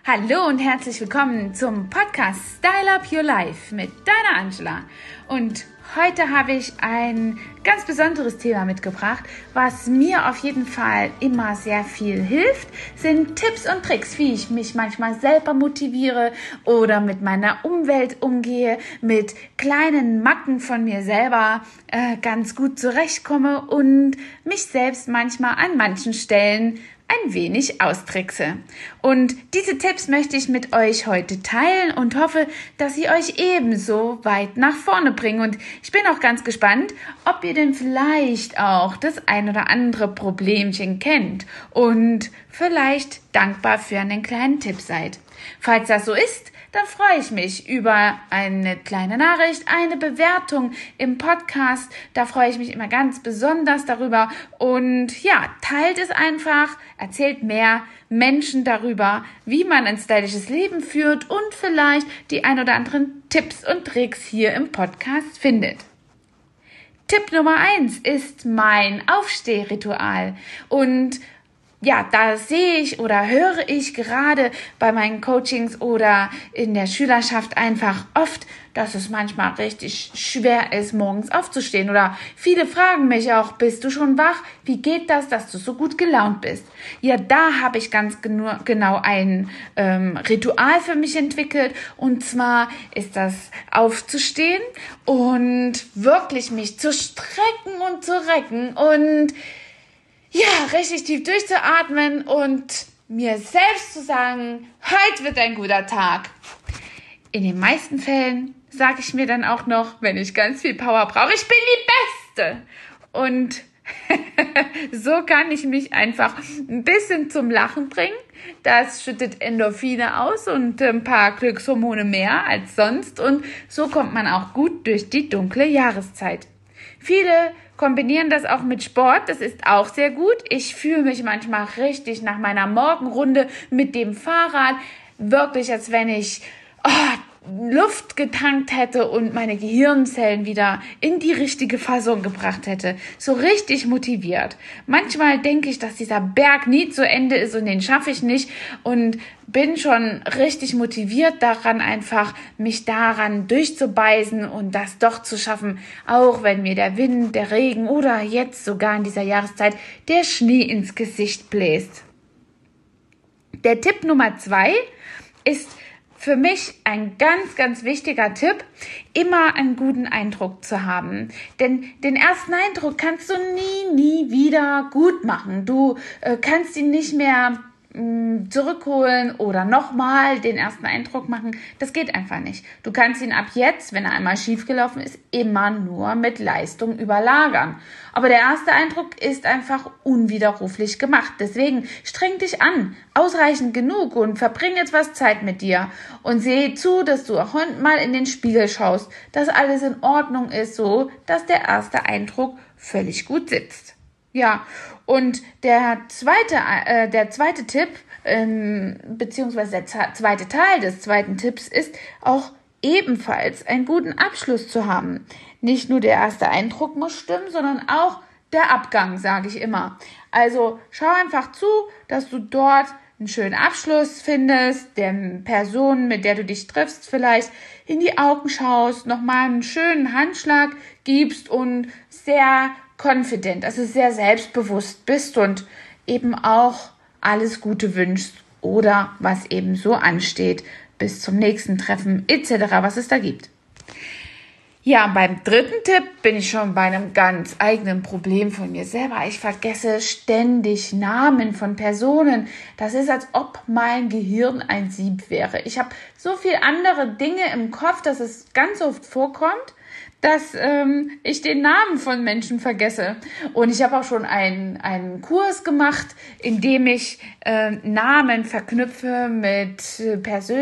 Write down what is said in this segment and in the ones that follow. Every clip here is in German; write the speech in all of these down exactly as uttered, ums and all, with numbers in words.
Hallo und herzlich willkommen zum Podcast Style Up Your Life mit deiner Angela. Und heute habe ich ein ganz besonderes Thema mitgebracht, was mir auf jeden Fall immer sehr viel hilft, sind Tipps und Tricks, wie ich mich manchmal selber motiviere oder mit meiner Umwelt umgehe, mit kleinen Macken von mir selber äh, ganz gut zurechtkomme und mich selbst manchmal an manchen Stellen ein wenig austrickse. Und diese Tipps möchte ich mit euch heute teilen und hoffe, dass sie euch ebenso weit nach vorne bringen. Und ich bin auch ganz gespannt, ob ihr denn vielleicht auch das ein oder andere Problemchen kennt und vielleicht dankbar für einen kleinen Tipp seid. Falls das so ist, dann freue ich mich über eine kleine Nachricht, eine Bewertung im Podcast. Da freue ich mich immer ganz besonders darüber. Und ja, teilt es einfach, erzählt mehr Menschen darüber, wie man ein stylisches Leben führt und vielleicht die ein oder anderen Tipps und Tricks hier im Podcast findet. Tipp Nummer eins ist mein Aufstehritual. Und ja, da sehe ich oder höre ich gerade bei meinen Coachings oder in der Schülerschaft einfach oft, dass es manchmal richtig schwer ist, morgens aufzustehen. Oder viele fragen mich auch, bist du schon wach? Wie geht das, dass du so gut gelaunt bist? Ja, da habe ich ganz genu- genau ein ähm, Ritual für mich entwickelt. Und zwar ist das aufzustehen und wirklich mich zu strecken und zu recken und ja, richtig tief durchzuatmen und mir selbst zu sagen, heute wird ein guter Tag. In den meisten Fällen sage ich mir dann auch noch, wenn ich ganz viel Power brauche, ich bin die Beste. Und so kann ich mich einfach ein bisschen zum Lachen bringen. Das schüttet Endorphine aus und ein paar Glückshormone mehr als sonst. Und so kommt man auch gut durch die dunkle Jahreszeit. Viele kombinieren das auch mit Sport, das ist auch sehr gut. Ich fühle mich manchmal richtig nach meiner Morgenrunde mit dem Fahrrad, wirklich als wenn ich oh, Luft getankt hätte und meine Gehirnzellen wieder in die richtige Fassung gebracht hätte. So richtig motiviert. Manchmal denke ich, dass dieser Berg nie zu Ende ist und den schaffe ich nicht und bin schon richtig motiviert daran, einfach mich daran durchzubeißen und das doch zu schaffen, auch wenn mir der Wind, der Regen oder jetzt sogar in dieser Jahreszeit der Schnee ins Gesicht bläst. Der Tipp Nummer zwei ist für mich ein ganz, ganz wichtiger Tipp, immer einen guten Eindruck zu haben. Denn den ersten Eindruck kannst du nie, nie wieder gut machen. Du äh, kannst ihn nicht mehr mh, zurückholen oder nochmal den ersten Eindruck machen. Das geht einfach nicht. Du kannst ihn ab jetzt, wenn er einmal schiefgelaufen ist, immer nur mit Leistung überlagern. Aber der erste Eindruck ist einfach unwiderruflich gemacht. Deswegen streng dich an, ausreichend genug und verbring etwas Zeit mit dir. Und sehe zu, dass du auch mal in den Spiegel schaust, dass alles in Ordnung ist, so dass der erste Eindruck völlig gut sitzt. Ja, und der zweite, äh, der zweite Tipp, ähm, beziehungsweise der z- zweite Teil des zweiten Tipps ist auch ebenfalls einen guten Abschluss zu haben. Nicht nur der erste Eindruck muss stimmen, sondern auch der Abgang, sage ich immer. Also schau einfach zu, dass du dort einen schönen Abschluss findest, der Person, mit der du dich triffst, vielleicht in die Augen schaust, nochmal einen schönen Handschlag gibst und sehr confident, also sehr selbstbewusst bist und eben auch alles Gute wünschst oder was eben so ansteht bis zum nächsten Treffen et cetera, was es da gibt. Ja, beim dritten Tipp bin ich schon bei einem ganz eigenen Problem von mir selber. Ich vergesse ständig Namen von Personen. Das ist, als ob mein Gehirn ein Sieb wäre. Ich habe so viele andere Dinge im Kopf, dass es ganz oft vorkommt, dass ähm, ich den Namen von Menschen vergesse. Und ich habe auch schon einen, einen Kurs gemacht, in dem ich äh, Namen verknüpfe mit äh,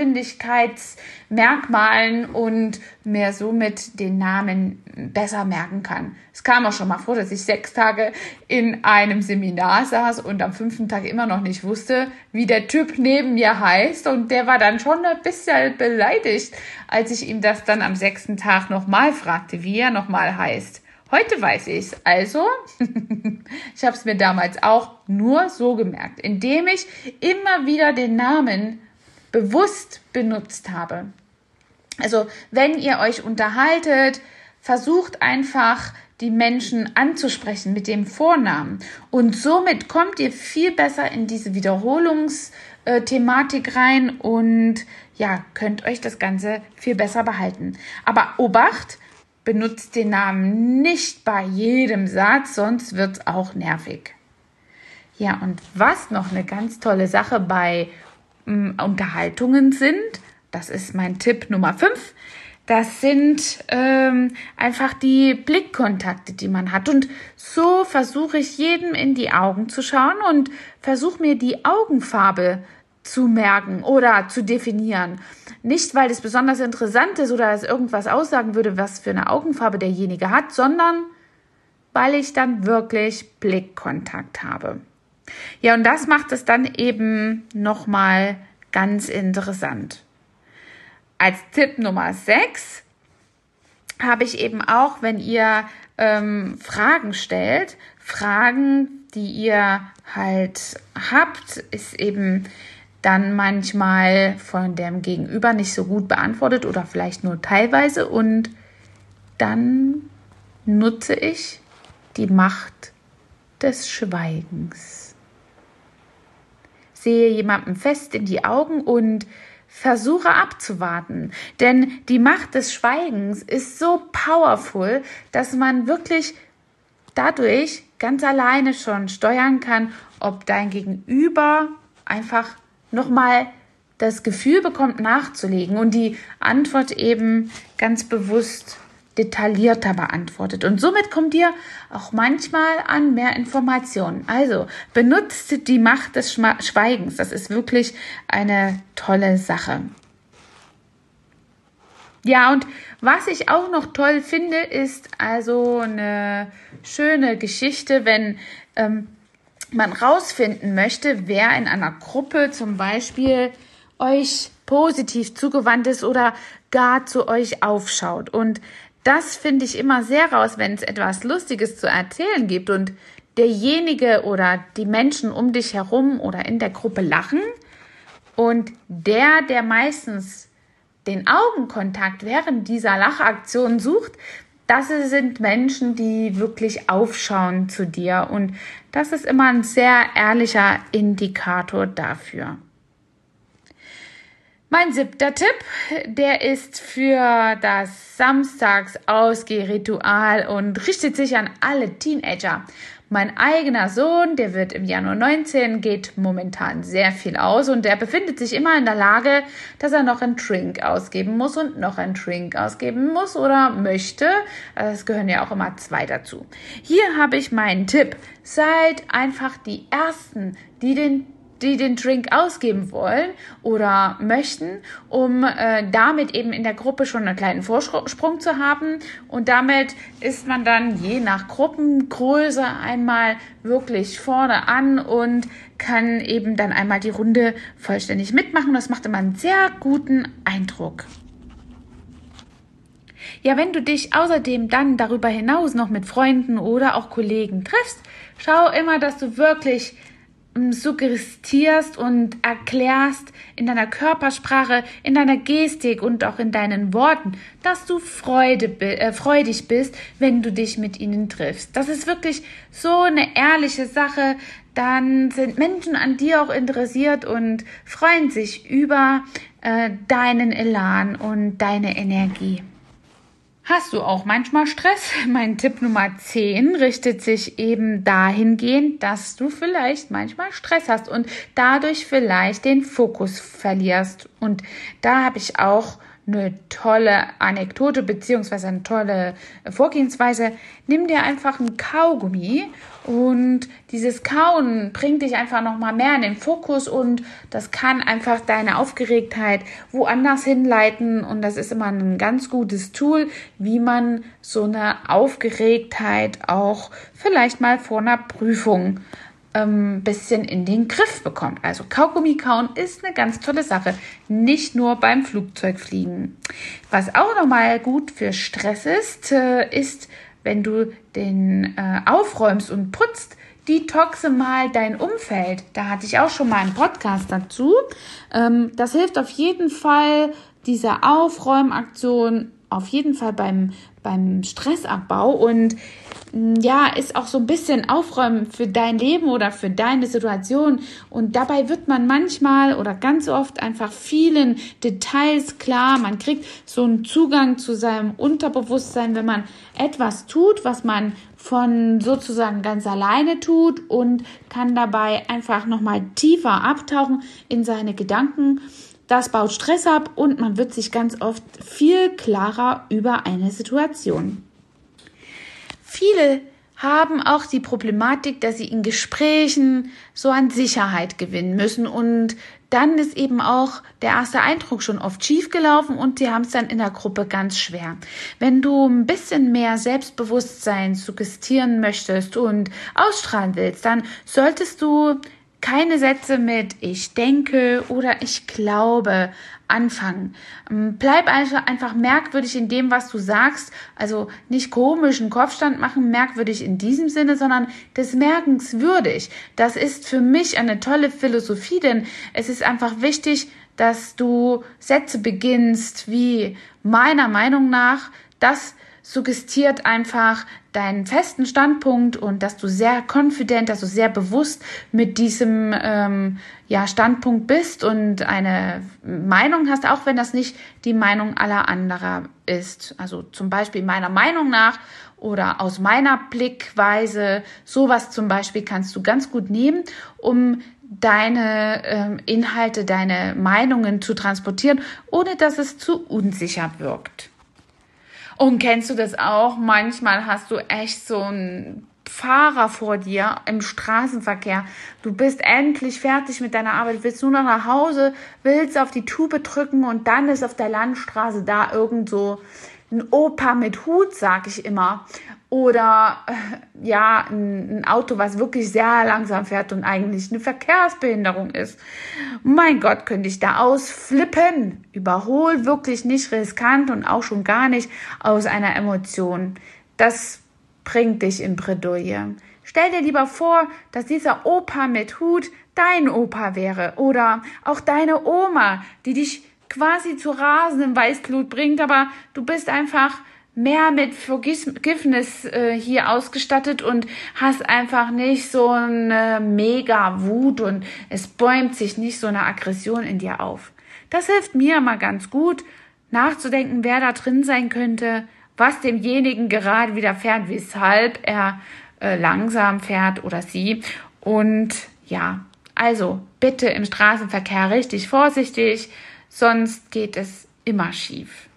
Persönlichkeitsmerkmalen und mir somit den Namen besser merken kann. Es kam auch schon mal vor, dass ich sechs Tage in einem Seminar saß und am fünften Tag immer noch nicht wusste, wie der Typ neben mir heißt. Und der war dann schon ein bisschen beleidigt, als ich ihm das dann am sechsten Tag nochmal fragte, wie er nochmal heißt. Heute weiß ich es. Also, ich habe es mir damals auch nur so gemerkt, indem ich immer wieder den Namen bewusst benutzt habe. Also wenn ihr euch unterhaltet, versucht einfach die Menschen anzusprechen mit dem Vornamen und somit kommt ihr viel besser in diese Wiederholungsthematik rein und ja, könnt euch das Ganze viel besser behalten. Aber Obacht, benutzt den Namen nicht bei jedem Satz, sonst wird es auch nervig. Ja, und was noch eine ganz tolle Sache bei m, Unterhaltungen sind, das ist mein Tipp Nummer fünf, das sind ähm, einfach die Blickkontakte, die man hat. Und so versuche ich jedem in die Augen zu schauen und versuche mir die Augenfarbe zu merken oder zu definieren. Nicht, weil das besonders interessant ist oder es irgendwas aussagen würde, was für eine Augenfarbe derjenige hat, sondern weil ich dann wirklich Blickkontakt habe. Ja, und das macht es dann eben nochmal ganz interessant. Als Tipp Nummer sechs habe ich eben auch, wenn ihr ähm, Fragen stellt, Fragen, die ihr halt habt, ist eben dann manchmal von dem Gegenüber nicht so gut beantwortet oder vielleicht nur teilweise und dann nutze ich die Macht des Schweigens. Sehe jemandem fest in die Augen und versuche abzuwarten, denn die Macht des Schweigens ist so powerful, dass man wirklich dadurch ganz alleine schon steuern kann, ob dein Gegenüber einfach nochmal das Gefühl bekommt, nachzulegen und die Antwort eben ganz bewusst detaillierter beantwortet. Und somit kommt ihr auch manchmal an mehr Informationen. Also benutzt die Macht des Schweigens. Das ist wirklich eine tolle Sache. Ja, und was ich auch noch toll finde, ist also eine schöne Geschichte, wenn ähm, man rausfinden möchte, wer in einer Gruppe zum Beispiel euch positiv zugewandt ist oder gar zu euch aufschaut. Und das finde ich immer sehr raus, wenn es etwas Lustiges zu erzählen gibt und derjenige oder die Menschen um dich herum oder in der Gruppe lachen und der, der meistens den Augenkontakt während dieser Lachaktion sucht, das sind Menschen, die wirklich aufschauen zu dir und das ist immer ein sehr ehrlicher Indikator dafür. Mein siebter Tipp, der ist für das Samstags-Ausgehritual und richtet sich an alle Teenager. Mein eigener Sohn, der wird im Januar neunzehn, geht momentan sehr viel aus und der befindet sich immer in der Lage, dass er noch einen Drink ausgeben muss und noch einen Drink ausgeben muss oder möchte. Es gehören ja auch immer zwei dazu. Hier habe ich meinen Tipp. Seid einfach die Ersten, die den die den Drink ausgeben wollen oder möchten, um äh, damit eben in der Gruppe schon einen kleinen Vorsprung zu haben. Und damit ist man dann je nach Gruppengröße einmal wirklich vorne an und kann eben dann einmal die Runde vollständig mitmachen. Das macht immer einen sehr guten Eindruck. Ja, wenn du dich außerdem dann darüber hinaus noch mit Freunden oder auch Kollegen triffst, schau immer, dass du wirklich suggerierst und erklärst in deiner Körpersprache, in deiner Gestik und auch in deinen Worten, dass du Freude, äh, freudig bist, wenn du dich mit ihnen triffst. Das ist wirklich so eine ehrliche Sache. Dann sind Menschen an dir auch interessiert und freuen sich über äh, deinen Elan und deine Energie. Hast du auch manchmal Stress? Mein Tipp Nummer zehn richtet sich eben dahingehend, dass du vielleicht manchmal Stress hast und dadurch vielleicht den Fokus verlierst. Und da habe ich auch eine tolle Anekdote beziehungsweise eine tolle Vorgehensweise. Nimm dir einfach ein Kaugummi und dieses Kauen bringt dich einfach nochmal mehr in den Fokus und das kann einfach deine Aufgeregtheit woanders hinleiten und das ist immer ein ganz gutes Tool, wie man so eine Aufgeregtheit auch vielleicht mal vor einer Prüfung ein bisschen in den Griff bekommt. Also Kaugummi kauen ist eine ganz tolle Sache, nicht nur beim Flugzeugfliegen. Was auch nochmal gut für Stress ist, ist, wenn du den äh, aufräumst und putzt, detoxe mal dein Umfeld. Da hatte ich auch schon mal einen Podcast dazu. Ähm, das hilft auf jeden Fall, diese Aufräumaktion, auf jeden Fall beim, beim Stressabbau und ja, ist auch so ein bisschen Aufräumen für dein Leben oder für deine Situation. Und dabei wird man manchmal oder ganz oft einfach vielen Details klar. Man kriegt so einen Zugang zu seinem Unterbewusstsein, wenn man etwas tut, was man von sozusagen ganz alleine tut und kann dabei einfach nochmal tiefer abtauchen in seine Gedanken. Das baut Stress ab und man wird sich ganz oft viel klarer über eine Situation. Viele haben auch die Problematik, dass sie in Gesprächen so an Sicherheit gewinnen müssen und dann ist eben auch der erste Eindruck schon oft schief gelaufen und sie haben es dann in der Gruppe ganz schwer. Wenn du ein bisschen mehr Selbstbewusstsein suggestieren möchtest und ausstrahlen willst, dann solltest du keine Sätze mit ich denke oder ich glaube anfangen. Bleib einfach, einfach merkwürdig in dem, was du sagst. Also nicht komischen Kopfstand machen, merkwürdig in diesem Sinne, sondern des Merkens würdig. Das ist für mich eine tolle Philosophie, denn es ist einfach wichtig, dass du Sätze beginnst wie meiner Meinung nach, das suggestiert einfach deinen festen Standpunkt und dass du sehr confident, dass du sehr bewusst mit diesem ähm, ja, Standpunkt bist und eine Meinung hast, auch wenn das nicht die Meinung aller anderer ist. Also zum Beispiel meiner Meinung nach oder aus meiner Blickweise, sowas zum Beispiel kannst du ganz gut nehmen, um deine ähm, Inhalte, deine Meinungen zu transportieren, ohne dass es zu unsicher wirkt. Und kennst du das auch? Manchmal hast du echt so einen Fahrer vor dir im Straßenverkehr. Du bist endlich fertig mit deiner Arbeit, willst nur noch nach Hause, willst auf die Tube drücken und dann ist auf der Landstraße da irgend so ein Opa mit Hut, sag ich immer. Oder äh, ja, ein, ein Auto, was wirklich sehr langsam fährt und eigentlich eine Verkehrsbehinderung ist. Mein Gott, könnte ich da ausflippen. Überhol wirklich nicht riskant und auch schon gar nicht aus einer Emotion. Das bringt dich in Bredouille. Stell dir lieber vor, dass dieser Opa mit Hut dein Opa wäre oder auch deine Oma, die dich quasi zu rasendem Weißglut bringt, aber du bist einfach mehr mit Forgiveness äh, hier ausgestattet und hast einfach nicht so eine mega Wut und es bäumt sich nicht so eine Aggression in dir auf. Das hilft mir mal ganz gut, nachzudenken, wer da drin sein könnte, was demjenigen gerade widerfährt, weshalb er äh, langsam fährt oder sie. Und ja, also bitte im Straßenverkehr richtig vorsichtig, sonst geht es immer schief.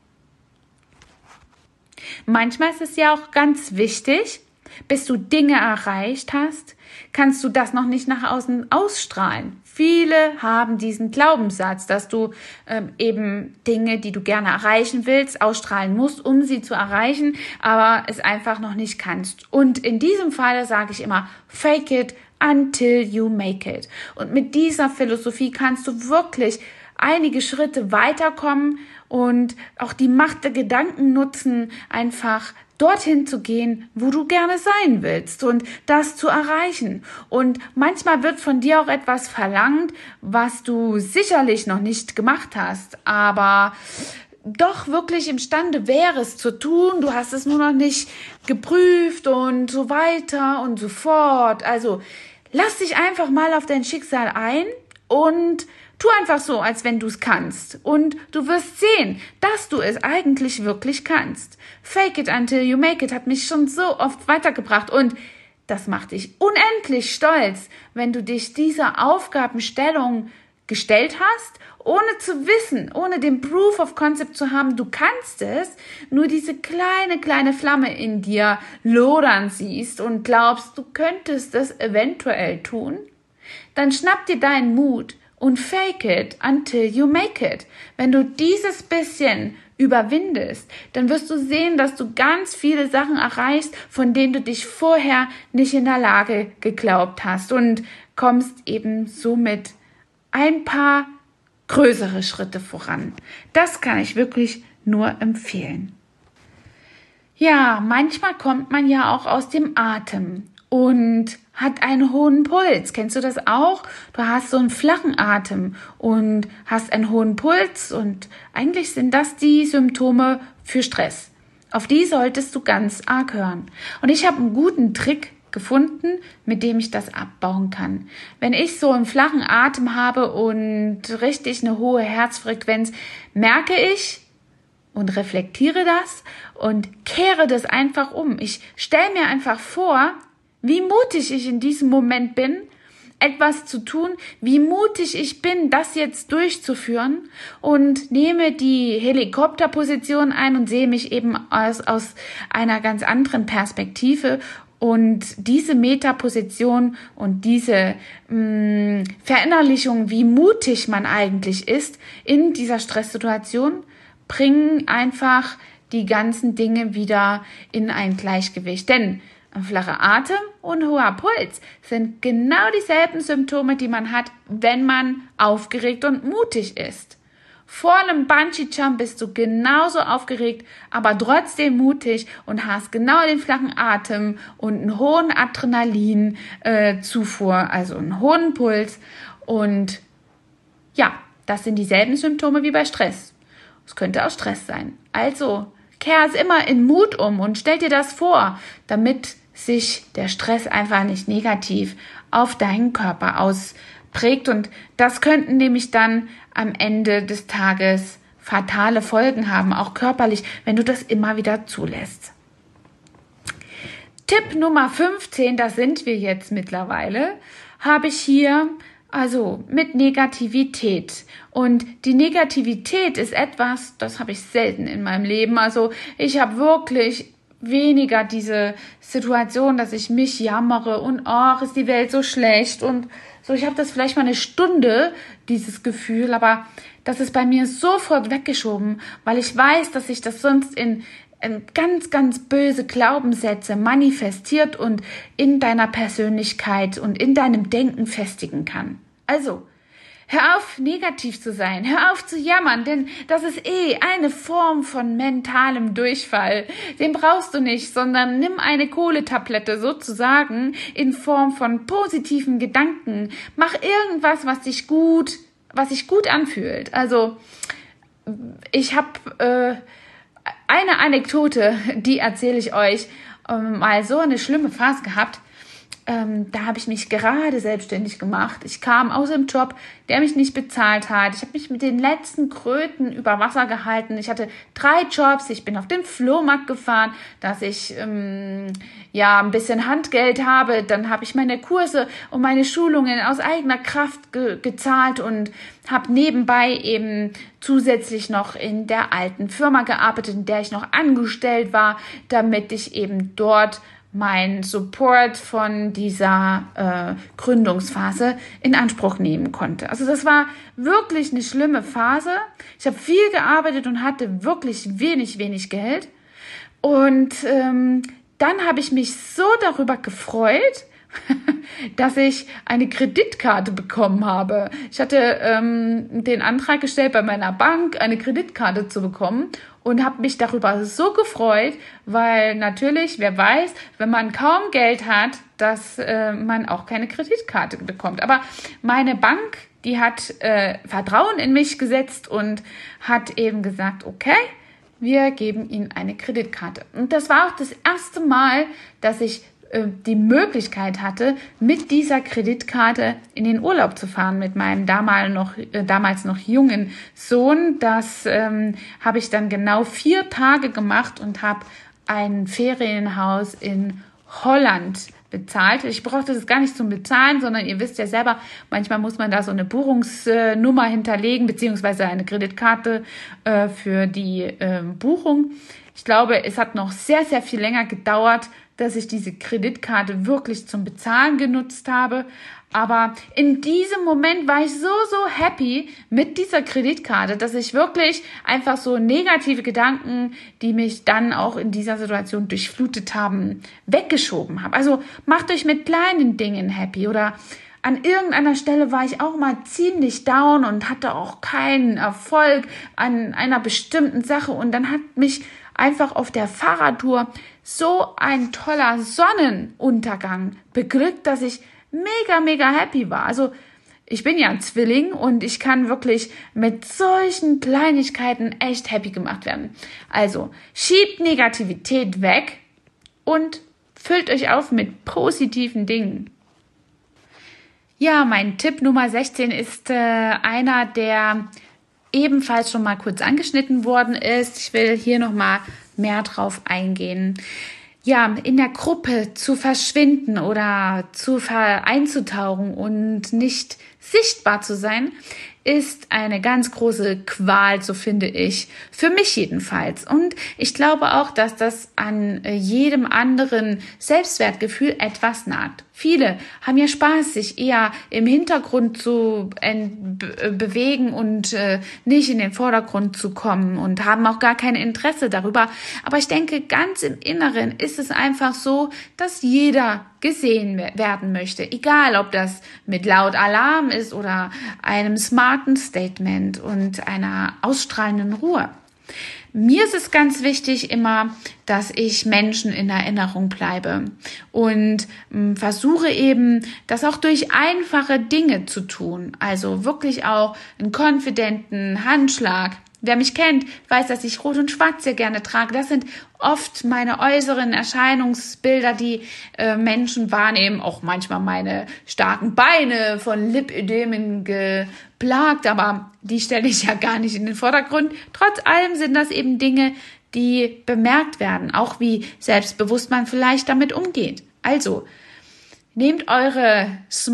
Manchmal ist es ja auch ganz wichtig, bis du Dinge erreicht hast, kannst du das noch nicht nach außen ausstrahlen. Viele haben diesen Glaubenssatz, dass du ähm, eben Dinge, die du gerne erreichen willst, ausstrahlen musst, um sie zu erreichen, aber es einfach noch nicht kannst. Und in diesem Fall sage ich immer, fake it until you make it. Und mit dieser Philosophie kannst du wirklich einige Schritte weiterkommen und auch die Macht der Gedanken nutzen, einfach dorthin zu gehen, wo du gerne sein willst und das zu erreichen. Und manchmal wird von dir auch etwas verlangt, was du sicherlich noch nicht gemacht hast, aber doch wirklich imstande wärest zu tun. Du hast es nur noch nicht geprüft und so weiter und so fort. Also lass dich einfach mal auf dein Schicksal ein und tu einfach so, als wenn du es kannst. Und du wirst sehen, dass du es eigentlich wirklich kannst. Fake it until you make it hat mich schon so oft weitergebracht. Und das macht dich unendlich stolz, wenn du dich dieser Aufgabenstellung gestellt hast, ohne zu wissen, ohne den Proof of Concept zu haben, du kannst es, nur diese kleine, kleine Flamme in dir lodern siehst und glaubst, du könntest es eventuell tun. Dann schnapp dir deinen Mut und fake it until you make it. Wenn du dieses bisschen überwindest, dann wirst du sehen, dass du ganz viele Sachen erreichst, von denen du dich vorher nicht in der Lage geglaubt hast und kommst eben somit ein paar größere Schritte voran. Das kann ich wirklich nur empfehlen. Ja, manchmal kommt man ja auch aus dem Atem und hat einen hohen Puls. Kennst du das auch? Du hast so einen flachen Atem und hast einen hohen Puls und eigentlich sind das die Symptome für Stress. Auf die solltest du ganz arg hören. Und ich habe einen guten Trick gefunden, mit dem ich das abbauen kann. Wenn ich so einen flachen Atem habe und richtig eine hohe Herzfrequenz, merke ich und reflektiere das und kehre das einfach um. Ich stelle mir einfach vor, wie mutig ich in diesem Moment bin, etwas zu tun, wie mutig ich bin, das jetzt durchzuführen und nehme die Helikopterposition ein und sehe mich eben aus, aus einer ganz anderen Perspektive. Und diese Metaposition und diese mh, Verinnerlichung, wie mutig man eigentlich ist in dieser Stresssituation, bringen einfach die ganzen Dinge wieder in ein Gleichgewicht. Denn ein flacher Atem und hoher Puls sind genau dieselben Symptome, die man hat, wenn man aufgeregt und mutig ist. Vor einem Bungee-Jump bist du genauso aufgeregt, aber trotzdem mutig und hast genau den flachen Atem und einen hohen Adrenalinzufuhr, äh, also einen hohen Puls. Und ja, das sind dieselben Symptome wie bei Stress. Es könnte auch Stress sein. Also kehr es immer in Mut um und stell dir das vor, damit sich der Stress einfach nicht negativ auf deinen Körper ausprägt. Und das könnten nämlich dann am Ende des Tages fatale Folgen haben, auch körperlich, wenn du das immer wieder zulässt. Tipp Nummer fünfzehn, da sind wir jetzt mittlerweile, habe ich hier also mit Negativität. Und die Negativität ist etwas, das habe ich selten in meinem Leben. Also ich habe wirklich weniger diese Situation, dass ich mich jammere und ach, ist die Welt so schlecht und so. Ich habe das vielleicht mal eine Stunde, dieses Gefühl, aber das ist bei mir sofort weggeschoben, weil ich weiß, dass sich das sonst in, in ganz, ganz böse Glaubenssätze manifestiert und in deiner Persönlichkeit und in deinem Denken festigen kann. Also, hör auf, negativ zu sein, hör auf zu jammern, denn das ist eh eine Form von mentalem Durchfall. Den brauchst du nicht, sondern nimm eine Kohletablette sozusagen in Form von positiven Gedanken. Mach irgendwas, was dich gut, was sich gut anfühlt. Also, ich habe äh, eine Anekdote, die erzähle ich euch, ähm, mal so eine schlimme Phase gehabt. Ähm, da habe ich mich gerade selbstständig gemacht. Ich kam aus einem Job, der mich nicht bezahlt hat. Ich habe mich mit den letzten Kröten über Wasser gehalten. Ich hatte drei Jobs. Ich bin auf den Flohmarkt gefahren, dass ich ähm, ja ein bisschen Handgeld habe. Dann habe ich meine Kurse und meine Schulungen aus eigener Kraft ge- gezahlt und habe nebenbei eben zusätzlich noch in der alten Firma gearbeitet, in der ich noch angestellt war, damit ich eben dort mein Support von dieser äh, Gründungsphase in Anspruch nehmen konnte. Also das war wirklich eine schlimme Phase. Ich habe viel gearbeitet und hatte wirklich wenig, wenig Geld. Und ähm, dann habe ich mich so darüber gefreut, dass ich eine Kreditkarte bekommen habe. Ich hatte ähm, den Antrag gestellt, bei meiner Bank eine Kreditkarte zu bekommen und habe mich darüber so gefreut, weil natürlich, wer weiß, wenn man kaum Geld hat, dass äh, man auch keine Kreditkarte bekommt. Aber meine Bank, die hat äh, Vertrauen in mich gesetzt und hat eben gesagt, okay, wir geben Ihnen eine Kreditkarte. Und das war auch das erste Mal, dass ich die Möglichkeit hatte, mit dieser Kreditkarte in den Urlaub zu fahren mit meinem damals noch, äh, damals noch jungen Sohn. Das ähm, habe ich dann genau vier Tage gemacht und habe ein Ferienhaus in Holland bezahlt. Ich brauchte das gar nicht zum Bezahlen, sondern ihr wisst ja selber, manchmal muss man da so eine Buchungsnummer hinterlegen, beziehungsweise eine Kreditkarte äh, für die äh, Buchung. Ich glaube, es hat noch sehr, sehr viel länger gedauert, dass ich diese Kreditkarte wirklich zum Bezahlen genutzt habe. Aber in diesem Moment war ich so, so happy mit dieser Kreditkarte, dass ich wirklich einfach so negative Gedanken, die mich dann auch in dieser Situation durchflutet haben, weggeschoben habe. Also macht euch mit kleinen Dingen happy oder an irgendeiner Stelle war ich auch mal ziemlich down und hatte auch keinen Erfolg an einer bestimmten Sache. Und dann hat mich einfach auf der Fahrradtour so ein toller Sonnenuntergang beglückt, dass ich mega, mega happy war. Also ich bin ja ein Zwilling und ich kann wirklich mit solchen Kleinigkeiten echt happy gemacht werden. Also schiebt Negativität weg und füllt euch auf mit positiven Dingen. Ja, mein Tipp Nummer sechzehn ist äh, einer, der ebenfalls schon mal kurz angeschnitten worden ist. Ich will hier nochmal mehr drauf eingehen. Ja, in der Gruppe zu verschwinden oder zu ver- einzutauchen und nicht sichtbar zu sein, ist eine ganz große Qual, so finde ich, für mich jedenfalls. Und ich glaube auch, dass das an jedem anderen Selbstwertgefühl etwas nagt. Viele haben ja Spaß, sich eher im Hintergrund zu be- bewegen und äh, nicht in den Vordergrund zu kommen und haben auch gar kein Interesse darüber. Aber ich denke, ganz im Inneren ist es einfach so, dass jeder gesehen werden möchte. Egal, ob das mit laut Alarm ist oder einem smarten Statement und einer ausstrahlenden Ruhe. Mir ist es ganz wichtig immer, dass ich Menschen in Erinnerung bleibe und mh, versuche eben, das auch durch einfache Dinge zu tun. Also wirklich auch einen konfidenten Handschlag. Wer mich kennt, weiß, dass ich Rot und Schwarz sehr gerne trage. Das sind oft meine äußeren Erscheinungsbilder, die äh, Menschen wahrnehmen. Auch manchmal meine starken Beine von Lipödemen geplagt, aber die stelle ich ja gar nicht in den Vordergrund. Trotz allem sind das eben Dinge, die bemerkt werden, auch wie selbstbewusst man vielleicht damit umgeht. Also, nehmt eure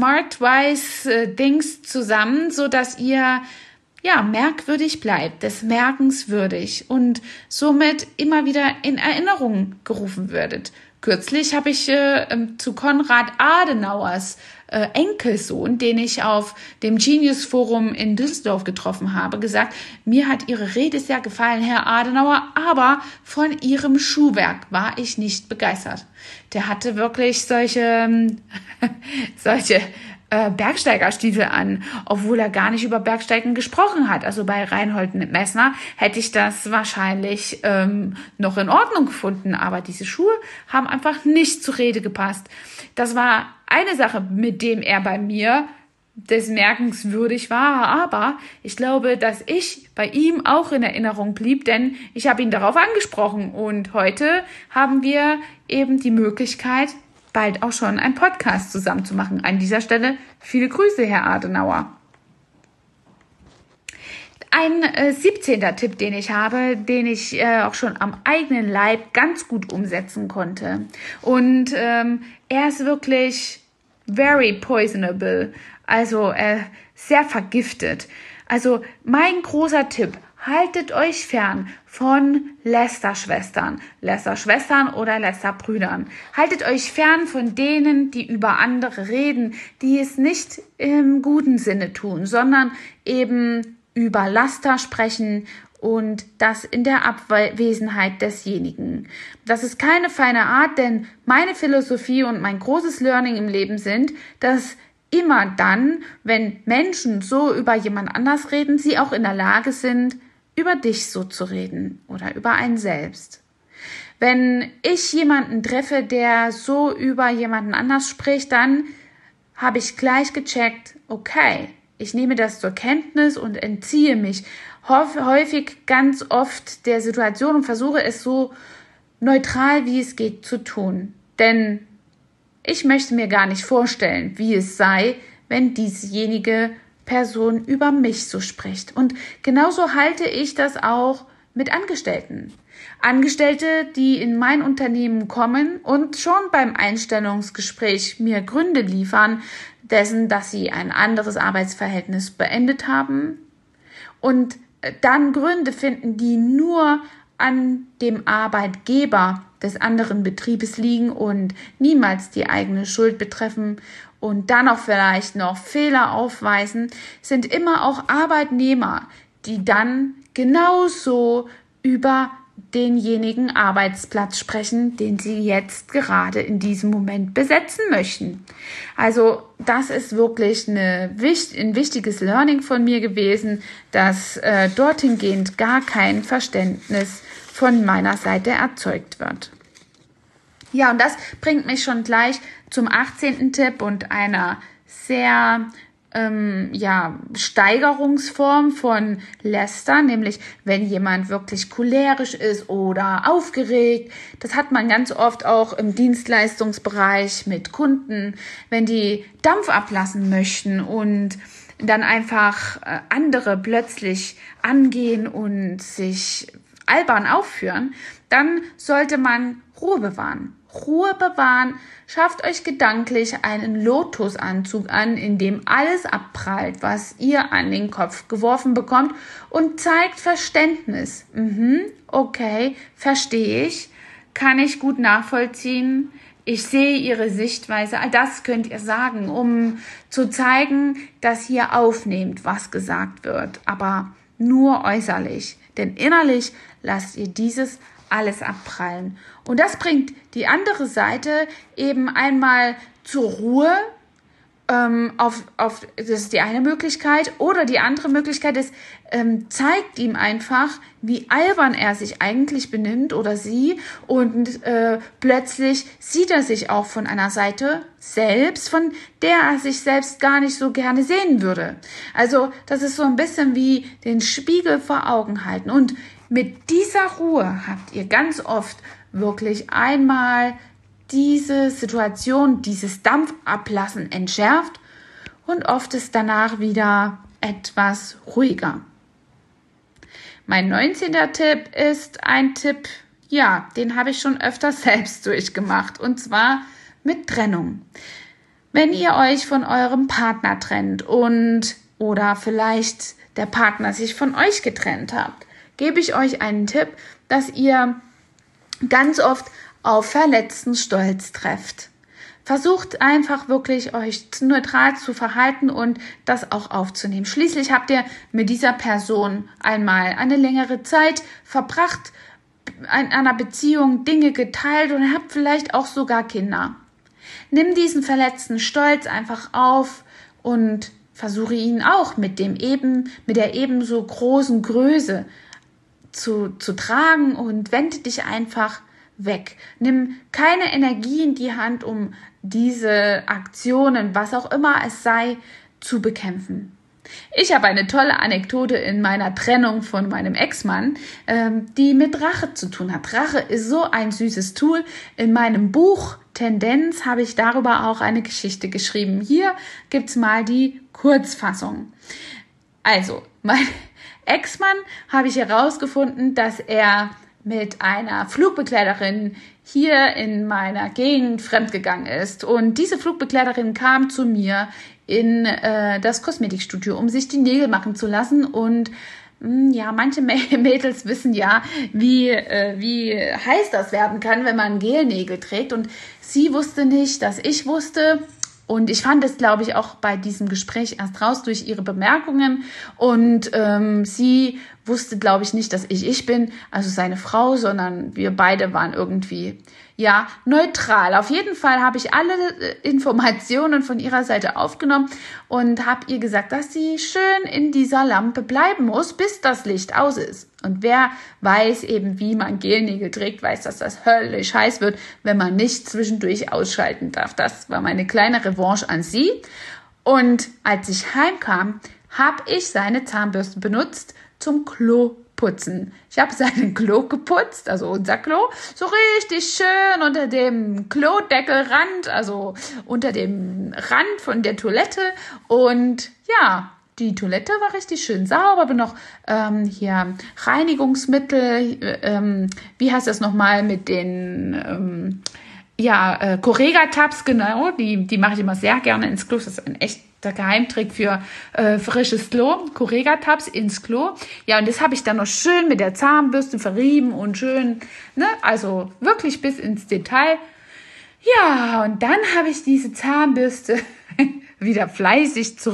Smart-Wise-Dings zusammen, so dass ihr ja, merkwürdig bleibt, des Merkens würdig und somit immer wieder in Erinnerung gerufen werdet. Kürzlich habe ich äh, zu Konrad Adenauers äh, Enkelsohn, den ich auf dem Genius Forum in Düsseldorf getroffen habe, gesagt, mir hat Ihre Rede sehr gefallen, Herr Adenauer, aber von Ihrem Schuhwerk war ich nicht begeistert. Der hatte wirklich solche, solche äh, Bergsteigerstiefel an, obwohl er gar nicht über Bergsteigen gesprochen hat. Also bei Reinhold Messner hätte ich das wahrscheinlich ähm, noch in Ordnung gefunden, aber diese Schuhe haben einfach nicht zur Rede gepasst. Das war eine Sache, mit dem er bei mir des Merkens würdig war, aber ich glaube, dass ich bei ihm auch in Erinnerung blieb, denn ich habe ihn darauf angesprochen und heute haben wir eben die Möglichkeit, bald auch schon einen Podcast zusammen zu machen. An dieser Stelle viele Grüße, Herr Adenauer. Ein äh, siebzehnter Tipp, den ich habe, den ich äh, auch schon am eigenen Leib ganz gut umsetzen konnte. Und ähm, er ist wirklich very poisonable, also äh, sehr vergiftet. Also mein großer Tipp: Haltet euch fern von Lästerschwestern, Lästerschwestern oder Lästerbrüdern. Haltet euch fern von denen, die über andere reden, die es nicht im guten Sinne tun, sondern eben über Laster sprechen und das in der Abwesenheit desjenigen. Das ist keine feine Art, denn meine Philosophie und mein großes Learning im Leben sind, dass immer dann, wenn Menschen so über jemand anders reden, sie auch in der Lage sind, über dich so zu reden oder über einen selbst. Wenn ich jemanden treffe, der so über jemanden anders spricht, dann habe ich gleich gecheckt, okay, ich nehme das zur Kenntnis und entziehe mich häufig ganz oft der Situation und versuche es so neutral wie es geht zu tun. Denn ich möchte mir gar nicht vorstellen, wie es sei, wenn diesejenige Person über mich so spricht. Und genauso halte ich das auch mit Angestellten. Angestellte, die in mein Unternehmen kommen und schon beim Einstellungsgespräch mir Gründe liefern, dessen, dass sie ein anderes Arbeitsverhältnis beendet haben und dann Gründe finden, die nur an dem Arbeitgeber des anderen Betriebes liegen und niemals die eigene Schuld betreffen und dann auch vielleicht noch Fehler aufweisen, sind immer auch Arbeitnehmer, die dann genauso über denjenigen Arbeitsplatz sprechen, den Sie jetzt gerade in diesem Moment besetzen möchten. Also das ist wirklich eine, ein wichtiges Learning von mir gewesen, dass äh, dorthin gehend gar kein Verständnis von meiner Seite erzeugt wird. Ja, und das bringt mich schon gleich zum achtzehnten Tipp und einer sehr ähm, ja, Steigerungsform von Lästern, nämlich wenn jemand wirklich cholerisch ist oder aufgeregt. Das hat man ganz oft auch im Dienstleistungsbereich mit Kunden, wenn die Dampf ablassen möchten und dann einfach äh, andere plötzlich angehen und sich albern aufführen, dann sollte man Ruhe bewahren. Ruhe bewahren, schafft euch gedanklich einen Lotusanzug an, in dem alles abprallt, was ihr an den Kopf geworfen bekommt und zeigt Verständnis. Mhm, okay, verstehe ich, kann ich gut nachvollziehen. Ich sehe Ihre Sichtweise. All das könnt ihr sagen, um zu zeigen, dass ihr aufnehmt, was gesagt wird, aber nur äußerlich. Denn innerlich lasst ihr dieses alles abprallen. Und das bringt die andere Seite eben einmal zur Ruhe. Ähm, auf, auf, das ist die eine Möglichkeit. Oder die andere Möglichkeit ist, ähm, zeigt ihm einfach, wie albern er sich eigentlich benimmt oder sie. Und äh, plötzlich sieht er sich auch von einer Seite selbst, von der er sich selbst gar nicht so gerne sehen würde. Also das ist so ein bisschen wie den Spiegel vor Augen halten. Und mit dieser Ruhe habt ihr ganz oft wirklich einmal diese Situation, dieses Dampfablassen entschärft und oft ist danach wieder etwas ruhiger. Mein neunzehnter Tipp ist ein Tipp, ja, den habe ich schon öfter selbst durchgemacht und zwar mit Trennung. Wenn ihr euch von eurem Partner trennt und oder vielleicht der Partner sich von euch getrennt habt, gebe ich euch einen Tipp, dass ihr ganz oft auf verletzten Stolz trefft. Versucht einfach wirklich euch neutral zu verhalten und das auch aufzunehmen. Schließlich habt ihr mit dieser Person einmal eine längere Zeit verbracht, in einer Beziehung Dinge geteilt und habt vielleicht auch sogar Kinder. Nimm diesen verletzten Stolz einfach auf und versuche ihn auch mit dem eben, mit der ebenso großen Größe Zu, zu tragen und wende dich einfach weg. Nimm keine Energie in die Hand, um diese Aktionen, was auch immer es sei, zu bekämpfen. Ich habe eine tolle Anekdote in meiner Trennung von meinem Ex-Mann, ähm, die mit Rache zu tun hat. Rache ist so ein süßes Tool. In meinem Buch Tendenz habe ich darüber auch eine Geschichte geschrieben. Hier gibt's mal die Kurzfassung. Also, mein Ex-Mann habe ich herausgefunden, dass er mit einer Flugbegleiterin hier in meiner Gegend fremdgegangen ist. Und diese Flugbegleiterin kam zu mir in äh, das Kosmetikstudio, um sich die Nägel machen zu lassen. Und mh, ja, manche Mädels wissen ja, wie, äh, wie heiß das werden kann, wenn man Gelnägel trägt. Und sie wusste nicht, dass ich wusste. Und ich fand es, glaube ich, auch bei diesem Gespräch erst raus durch ihre Bemerkungen. Und ähm, sie wusste, glaube ich, nicht, dass ich ich bin, also seine Frau, sondern wir beide waren irgendwie, ja, neutral. Auf jeden Fall habe ich alle Informationen von ihrer Seite aufgenommen und habe ihr gesagt, dass sie schön in dieser Lampe bleiben muss, bis das Licht aus ist. Und wer weiß eben, wie man Gelnägel trägt, weiß, dass das höllisch heiß wird, wenn man nicht zwischendurch ausschalten darf. Das war meine kleine Revanche an sie. Und als ich heimkam, habe ich seine Zahnbürste benutzt zum Kloputzen. Ich habe seinen Klo geputzt, also unser Klo, so richtig schön unter dem Klodeckelrand, also unter dem Rand von der Toilette. Und ja, die Toilette war richtig schön sauber, aber noch ähm, hier Reinigungsmittel, ähm, wie heißt das nochmal mit den ähm, ja, äh, Correga-Tabs, genau, die, die mache ich immer sehr gerne ins Klo. Das ist ein echter Geheimtrick für äh, frisches Klo. Correga-Tabs ins Klo. Ja, und das habe ich dann noch schön mit der Zahnbürste verrieben und schön, ne, also wirklich bis ins Detail. Ja, und dann habe ich diese Zahnbürste wieder fleißig zurückgenommen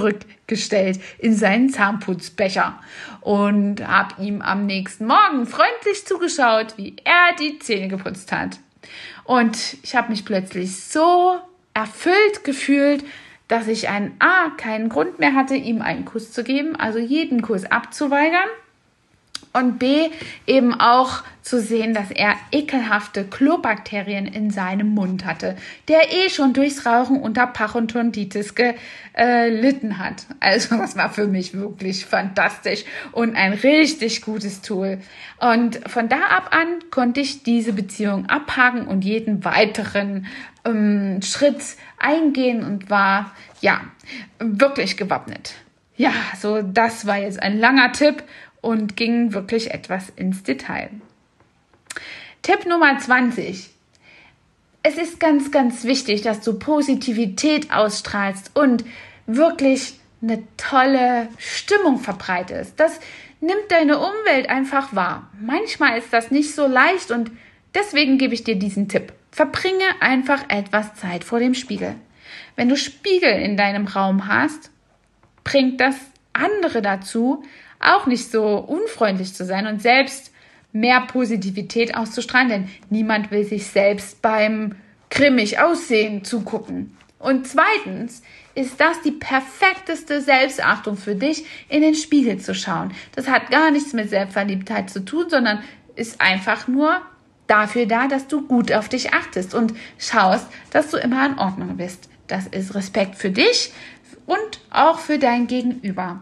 gestellt in seinen Zahnputzbecher und habe ihm am nächsten Morgen freundlich zugeschaut, wie er die Zähne geputzt hat. Und ich habe mich plötzlich so erfüllt gefühlt, dass ich einen A, keinen Grund mehr hatte, ihm einen Kuss zu geben, also jeden Kuss abzuweigern. Und B, eben auch zu sehen, dass er ekelhafte Klobakterien in seinem Mund hatte, der eh schon durchs Rauchen unter Parodontitis gelitten hat. Also das war für mich wirklich fantastisch und ein richtig gutes Tool. Und von da ab an konnte ich diese Beziehung abhaken und jeden weiteren ähm, Schritt eingehen und war, ja, wirklich gewappnet. Ja, so das war jetzt ein langer Tipp und ging wirklich etwas ins Detail. Tipp Nummer zwanzig. Es ist ganz, ganz wichtig, dass du Positivität ausstrahlst und wirklich eine tolle Stimmung verbreitest. Das nimmt deine Umwelt einfach wahr. Manchmal ist das nicht so leicht und deswegen gebe ich dir diesen Tipp. Verbringe einfach etwas Zeit vor dem Spiegel. Wenn du Spiegel in deinem Raum hast, bringt das andere dazu, auch nicht so unfreundlich zu sein und selbst mehr Positivität auszustrahlen, denn niemand will sich selbst beim grimmig Aussehen zugucken. Und zweitens ist das die perfekteste Selbstachtung für dich, in den Spiegel zu schauen. Das hat gar nichts mit Selbstverliebtheit zu tun, sondern ist einfach nur dafür da, dass du gut auf dich achtest und schaust, dass du immer in Ordnung bist. Das ist Respekt für dich und auch für dein Gegenüber.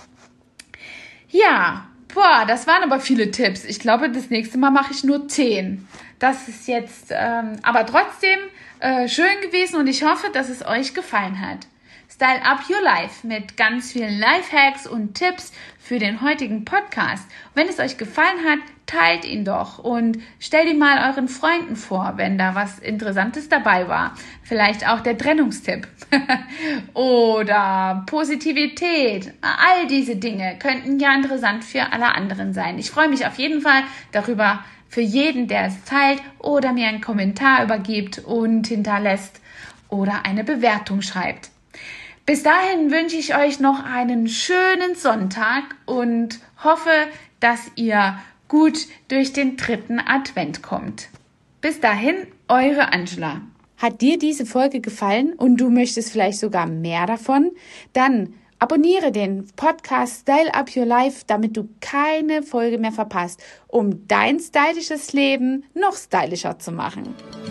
Ja, boah, das waren aber viele Tipps. Ich glaube, das nächste Mal mache ich nur zehn. Das ist jetzt ähm, aber trotzdem äh, schön gewesen und ich hoffe, dass es euch gefallen hat. Style Up Your Life mit ganz vielen Lifehacks und Tipps für den heutigen Podcast. Wenn es euch gefallen hat, teilt ihn doch und stellt ihn mal euren Freunden vor, wenn da was Interessantes dabei war. Vielleicht auch der Trennungstipp oder Positivität. All diese Dinge könnten ja interessant für alle anderen sein. Ich freue mich auf jeden Fall darüber, für jeden, der es teilt oder mir einen Kommentar übergibt und hinterlässt oder eine Bewertung schreibt. Bis dahin wünsche ich euch noch einen schönen Sonntag und hoffe, dass ihr gut durch den dritten Advent kommt. Bis dahin, eure Angela. Hat dir diese Folge gefallen und du möchtest vielleicht sogar mehr davon? Dann abonniere den Podcast Style Up Your Life, damit du keine Folge mehr verpasst, um dein stylisches Leben noch stylischer zu machen.